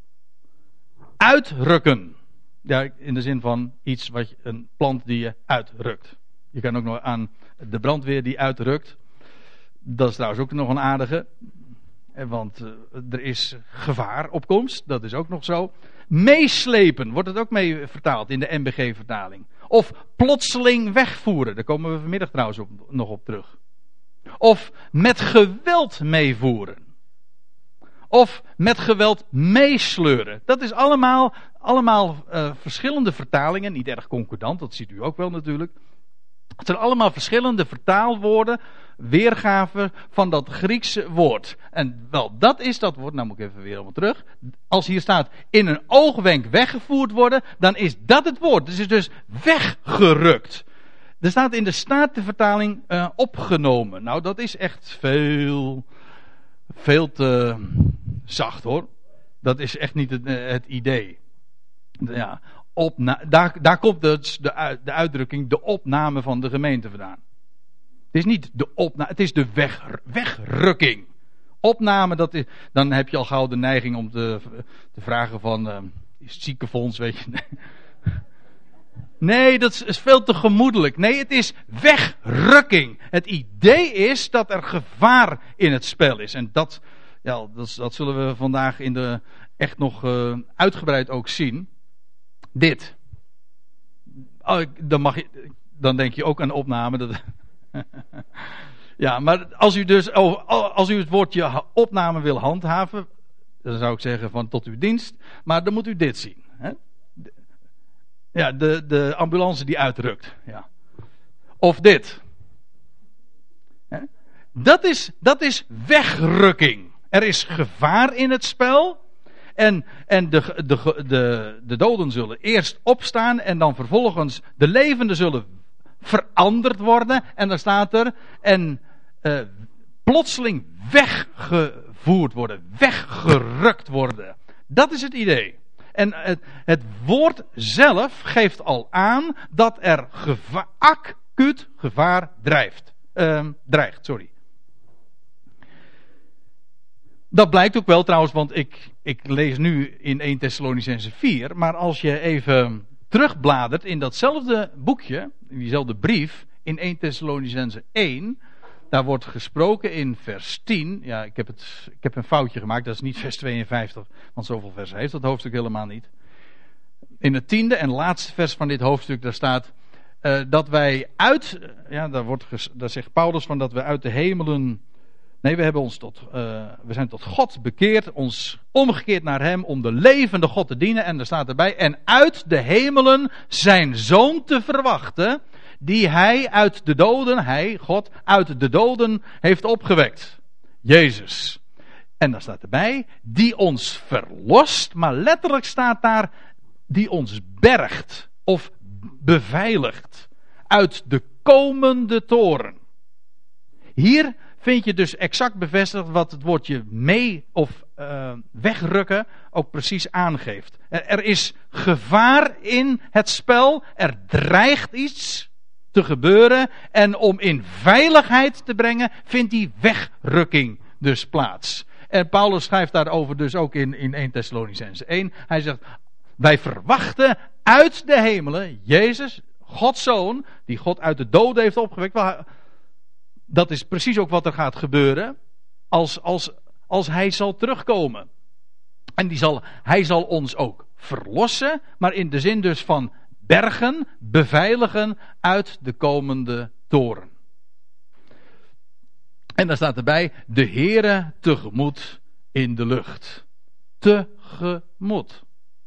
uitrukken. Ja, in de zin van iets een plant die je uitrukt. Je kan ook nog aan de brandweer die uitrukt. Dat is trouwens ook nog een aardige. Want er is gevaar op komst. Dat is ook nog zo. Meeslepen wordt het ook mee vertaald in de NBG-vertaling. Of plotseling wegvoeren. Daar komen we vanmiddag trouwens nog op terug. Of met geweld meevoeren. Of met geweld meesleuren. Dat is allemaal verschillende vertalingen. Niet erg concordant, dat ziet u ook wel natuurlijk. Het zijn allemaal verschillende vertaalwoorden, weergaven van dat Griekse woord. En wel, dat is dat woord, nou moet ik even weer helemaal terug. Als hier staat, in een oogwenk weggevoerd worden, dan is dat het woord. Het is dus weggerukt. Er staat in de Statenvertaling opgenomen. Nou, dat is echt veel te zacht hoor. Dat is echt niet het idee. Ja, daar komt de uitdrukking de opname van de gemeente vandaan. Het is niet de opname, het is de wegrukking. Opname, dan heb je al gauw de neiging om te vragen van, is het ziekenfonds, weet je. Nee, dat is veel te gemoedelijk. Nee, het is wegrukking. Het idee is dat er gevaar in het spel is. En dat zullen we vandaag echt nog uitgebreid ook zien. Dit. Dan denk je ook aan opname. Ja, maar als u het woordje opname wil handhaven, dan zou ik zeggen van tot uw dienst. Maar dan moet u dit zien. Hè? Ja, de ambulance die uitrukt. Ja. Of dit. Hè? Dat is wegrukking. Er is gevaar in het spel. En de doden zullen eerst opstaan en dan vervolgens de levenden zullen veranderd worden. En dan staat er, plotseling weggevoerd worden, weggerukt worden. Dat is het idee. En het woord zelf geeft al aan dat er acuut gevaar dreigt. Dat blijkt ook wel trouwens, want ik lees nu in 1 Thessalonicenzen 4. Maar als je even terugbladert in datzelfde boekje, in diezelfde brief, in 1 Thessalonicenzen 1. Daar wordt gesproken in vers 10. Ja, ik heb een foutje gemaakt, dat is niet vers 52. Want zoveel versen heeft dat hoofdstuk helemaal niet. In het 10e en laatste vers van dit hoofdstuk, daar staat dat wij daar zegt Paulus van dat we uit de hemelen. Nee, we zijn tot God bekeerd, ons omgekeerd naar hem om de levende God te dienen. En er staat erbij, en uit de hemelen zijn zoon te verwachten, die hij uit de doden, God, uit de doden heeft opgewekt. Jezus. En daar staat erbij, die ons verlost, maar letterlijk staat daar, die ons bergt of beveiligt uit de komende toren. Hier vind je dus exact bevestigd wat het woordje wegrukken ook precies aangeeft. Er is gevaar in het spel, er dreigt iets te gebeuren en om in veiligheid te brengen vindt die wegrukking dus plaats. En Paulus schrijft daarover dus ook in 1 Thessalonicenzen 1. Hij zegt, wij verwachten uit de hemelen Jezus, Gods Zoon, die God uit de doden heeft opgewekt. Dat is precies ook wat er gaat gebeuren als hij zal terugkomen. En hij zal ons ook verlossen, maar in de zin dus van bergen, beveiligen uit de komende toren. En daar staat erbij, de Heere tegemoet in de lucht. Tegemoet.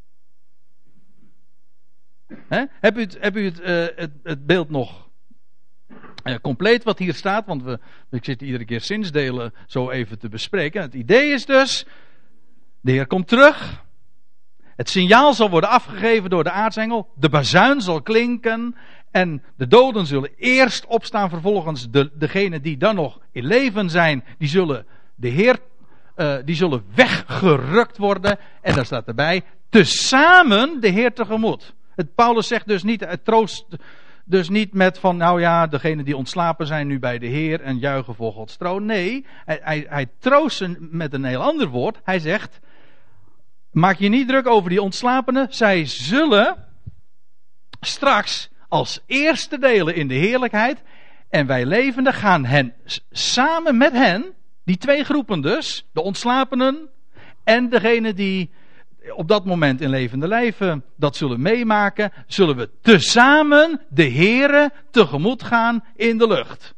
Heb u het beeld nog compleet wat hier staat? Want ik zit iedere keer zinsdelen zo even te bespreken. Het idee is dus, de Heer komt terug. Het signaal zal worden afgegeven door de aartsengel. De bazuin zal klinken. En de doden zullen eerst opstaan. Vervolgens degenen die dan nog in leven zijn. Die zullen die zullen weggerukt worden. En daar staat erbij, tezamen de Heer tegemoet. Paulus zegt dus niet, het troost dus niet met van, nou ja, degenen die ontslapen zijn nu bij de Heer en juichen voor Gods troon. Nee, hij troost ze met een heel ander woord. Hij zegt, Maak je niet druk over die ontslapenen. Zij zullen straks als eerste delen in de heerlijkheid. En wij levenden gaan hen samen met hen, die twee groepen dus, de ontslapenen en degene die op dat moment in levende lijven dat zullen meemaken, zullen we tezamen de Here tegemoet gaan in de lucht.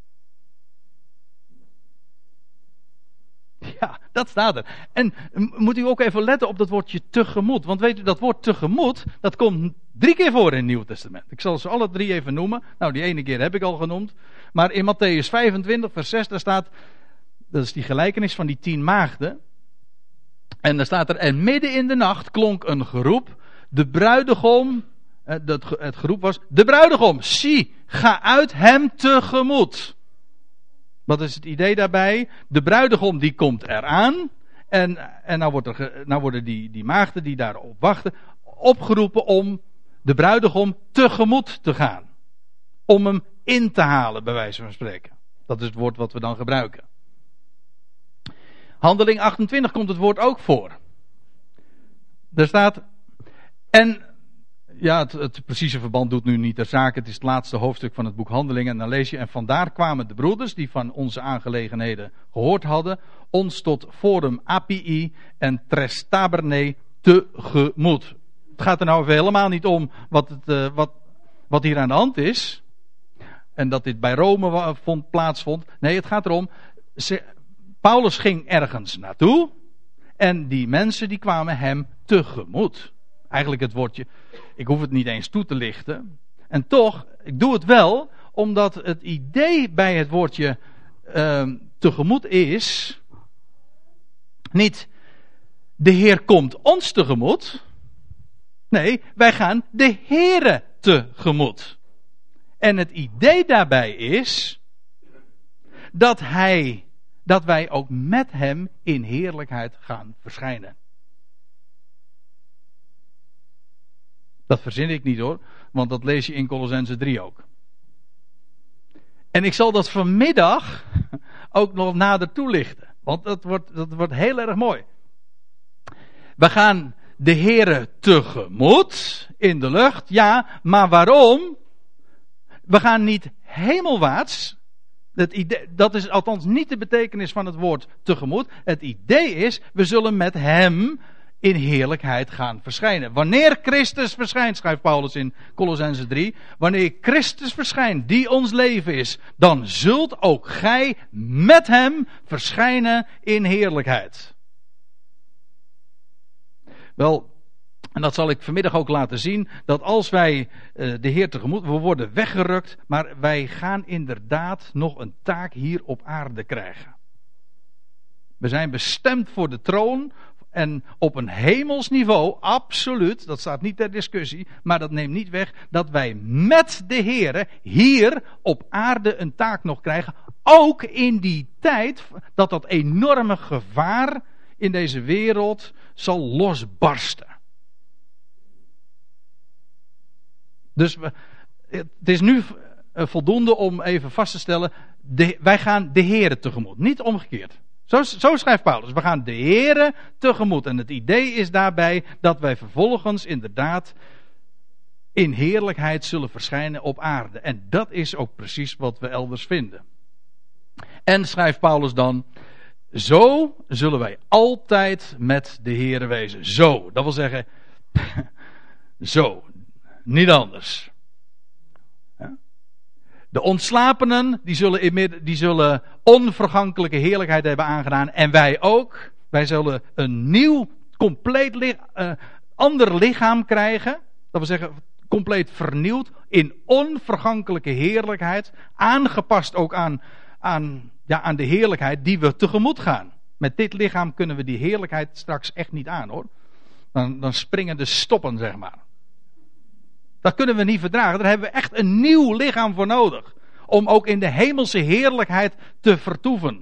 Ja, dat staat er. En moet u ook even letten op dat woordje tegemoet. Want weet u, dat woord tegemoet, dat komt 3 keer voor in het Nieuwe Testament. Ik zal ze alle 3 even noemen. Nou, die ene keer heb ik al genoemd. Maar in Mattheüs 25, vers 6, daar staat, dat is die gelijkenis van die 10 maagden. En daar staat er, en midden in de nacht klonk een geroep. De bruidegom, het geroep was, de bruidegom, zie, ga uit hem tegemoet. Wat is het idee daarbij? De bruidegom die komt eraan. En nou worden die maagden die daarop wachten opgeroepen om de bruidegom tegemoet te gaan. Om hem in te halen, bij wijze van spreken. Dat is het woord wat we dan gebruiken. Handeling 28 komt het woord ook voor. Er staat, en ja, het precieze verband doet nu niet ter zake. Het is het laatste hoofdstuk van het boek Handelingen. En dan lees je, en vandaar kwamen de broeders die van onze aangelegenheden gehoord hadden, ons tot forum Appii en Tres Tabernae tegemoet. Het gaat er nou even helemaal niet om wat hier aan de hand is. En dat dit bij Rome plaatsvond. Nee, het gaat erom, Paulus ging ergens naartoe. En die mensen die kwamen hem tegemoet. Eigenlijk het woordje, ik hoef het niet eens toe te lichten. En toch, ik doe het wel, omdat het idee bij het woordje tegemoet is, niet de Heer komt ons tegemoet. Nee, wij gaan de Heere tegemoet. En het idee daarbij is dat wij ook met hem in heerlijkheid gaan verschijnen. Dat verzin ik niet hoor, want dat lees je in Kolossenzen 3 ook. En ik zal dat vanmiddag ook nog nader toelichten, want dat wordt heel erg mooi. We gaan de Heere tegemoet in de lucht, ja, maar waarom? We gaan niet hemelwaarts. Dat is althans niet de betekenis van het woord tegemoet. Het idee is, we zullen met hem in heerlijkheid gaan verschijnen. Wanneer Christus verschijnt, schrijft Paulus in Kolossenzen 3. Wanneer Christus verschijnt, die ons leven is, dan zult ook gij met hem verschijnen in heerlijkheid. Wel, en dat zal ik vanmiddag ook laten zien, dat als wij de Heer tegemoet, we worden weggerukt, maar wij gaan inderdaad nog een taak hier op aarde krijgen. We zijn bestemd voor de troon en op een hemels niveau, absoluut, dat staat niet ter discussie, maar dat neemt niet weg dat wij met de Heer hier op aarde een taak nog krijgen, ook in die tijd dat enorme gevaar in deze wereld zal losbarsten. Dus het is nu voldoende om even vast te stellen, wij gaan de Heere tegemoet, niet omgekeerd. Zo schrijft Paulus, we gaan de Heere tegemoet. En het idee is daarbij dat wij vervolgens inderdaad in heerlijkheid zullen verschijnen op aarde. En dat is ook precies wat we elders vinden. En schrijft Paulus dan, zo zullen wij altijd met de Heere wezen. Zo, dat wil zeggen, zo, niet anders. De ontslapenen, die zullen onvergankelijke heerlijkheid hebben aangedaan. En wij ook. Wij zullen een nieuw, compleet ander lichaam krijgen. Dat wil zeggen, compleet vernieuwd. In onvergankelijke heerlijkheid. Aangepast ook aan de heerlijkheid die we tegemoet gaan. Met dit lichaam kunnen we die heerlijkheid straks echt niet aan hoor. Dan springen de stoppen zeg maar. Dat kunnen we niet verdragen. Daar hebben we echt een nieuw lichaam voor nodig. Om ook in de hemelse heerlijkheid te vertoeven.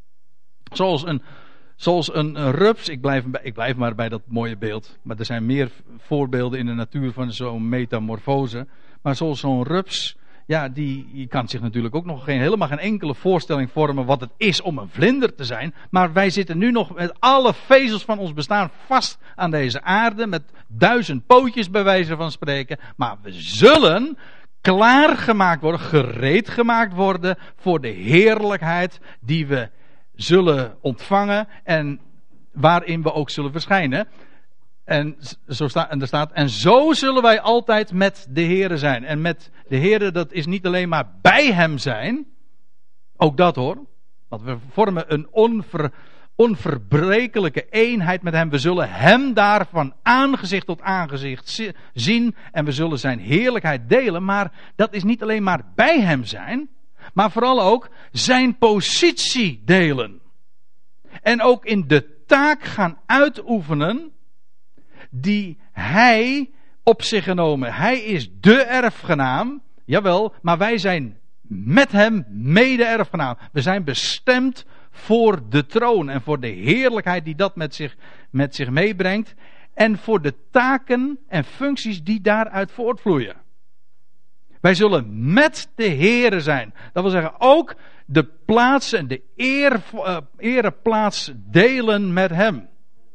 Zoals een rups. Ik blijf maar bij dat mooie beeld. Maar er zijn meer voorbeelden in de natuur van zo'n metamorfose. Maar zoals zo'n rups ja, die kan zich natuurlijk ook nog helemaal geen enkele voorstelling vormen wat het is om een vlinder te zijn. Maar wij zitten nu nog met alle vezels van ons bestaan vast aan deze aarde, met 1000 pootjes bij wijze van spreken. Maar we zullen klaargemaakt worden, gereed gemaakt worden voor de heerlijkheid die we zullen ontvangen en waarin we ook zullen verschijnen. En er staat, en zo zullen wij altijd met de Here zijn. En met de Here, dat is niet alleen maar bij hem zijn. Ook dat hoor. Want we vormen een onverbrekelijke eenheid met hem. We zullen hem daar van aangezicht tot aangezicht zien. En we zullen zijn heerlijkheid delen. Maar dat is niet alleen maar bij hem zijn. Maar vooral ook zijn positie delen. En ook in de taak gaan uitoefenen die hij op zich genomen. Hij is de erfgenaam. Jawel, maar wij zijn met hem mede-erfgenaam. We zijn bestemd voor de troon en voor de heerlijkheid die dat met zich meebrengt. En voor de taken en functies die daaruit voortvloeien. Wij zullen met de Here zijn. Dat wil zeggen ook de plaats en de ereplaats delen met hem.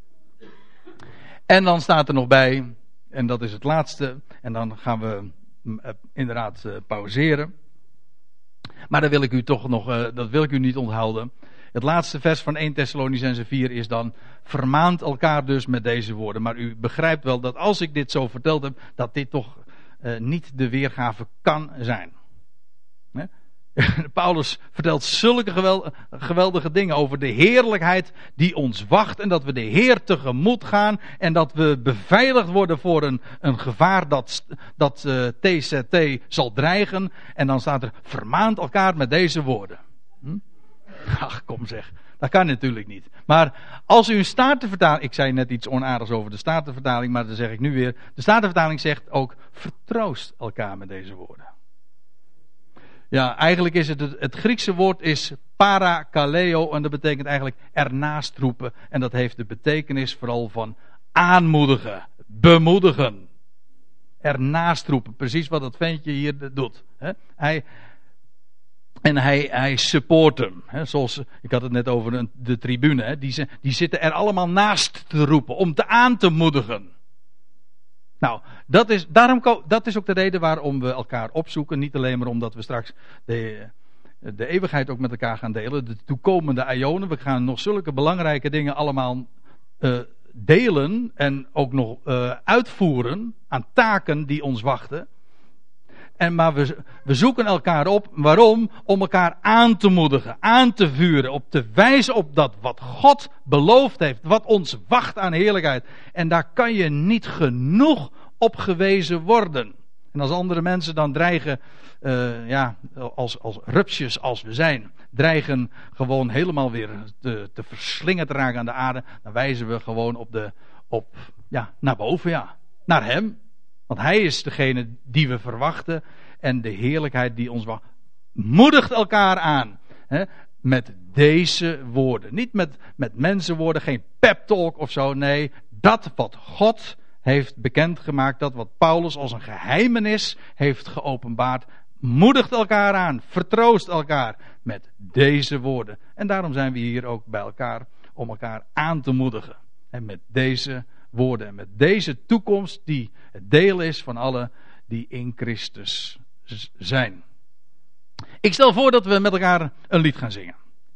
En dan staat er nog bij, en dat is het laatste, en dan gaan we inderdaad pauzeren. Maar dat wil ik u toch nog, dat wil ik u niet onthouden. Het laatste vers van 1 Thessalonicenzen 4 is dan, vermaant elkaar dus met deze woorden. Maar u begrijpt wel dat als ik dit zo verteld heb, dat dit toch niet de weergave kan zijn. Paulus vertelt zulke geweldige dingen over de heerlijkheid die ons wacht. En dat we de Heer tegemoet gaan. En dat we beveiligd worden voor een gevaar dat TZT zal dreigen. En dan staat er, vermaant elkaar met deze woorden. Ach, kom zeg. Dat kan natuurlijk niet. Maar als u een Statenvertaling... Ik zei net iets onaardigs over de Statenvertaling, maar dat zeg ik nu weer. De Statenvertaling zegt ook, vertroost elkaar met deze woorden. Ja, eigenlijk is het Griekse woord is parakaleo en dat betekent eigenlijk ernaast roepen. En dat heeft de betekenis vooral van aanmoedigen, bemoedigen. Ernaast roepen, precies wat dat ventje hier doet. Hij support hem. Zoals, ik had het net over de tribune. Die zitten er allemaal naast te roepen, om aan te moedigen. Nou, dat is ook de reden waarom we elkaar opzoeken. Niet alleen maar omdat we straks de eeuwigheid ook met elkaar gaan delen. De toekomende aionen. We gaan nog zulke belangrijke dingen allemaal delen. En ook nog uitvoeren aan taken die ons wachten. Maar we zoeken elkaar op. Waarom? Om elkaar aan te moedigen, aan te vuren, op te wijzen op dat wat God beloofd heeft, wat ons wacht aan heerlijkheid. En daar kan je niet genoeg op gewezen worden. En als andere mensen dan dreigen, als rupsjes als we zijn, dreigen gewoon helemaal weer te verslingerd te raken aan de aarde, dan wijzen we gewoon naar boven, naar hem. Want hij is degene die we verwachten. En de heerlijkheid die ons wacht. Moedigt elkaar aan. Met deze woorden. Niet met mensenwoorden. Geen pep talk of zo. Nee, dat wat God heeft bekendgemaakt. Dat wat Paulus als een geheimenis heeft geopenbaard. Moedigt elkaar aan. Vertroost elkaar. Met deze woorden. En daarom zijn we hier ook bij elkaar. Om elkaar aan te moedigen. En met deze woorden. En met deze toekomst die het deel is van allen die in Christus zijn. Ik stel voor dat we met elkaar een lied gaan zingen.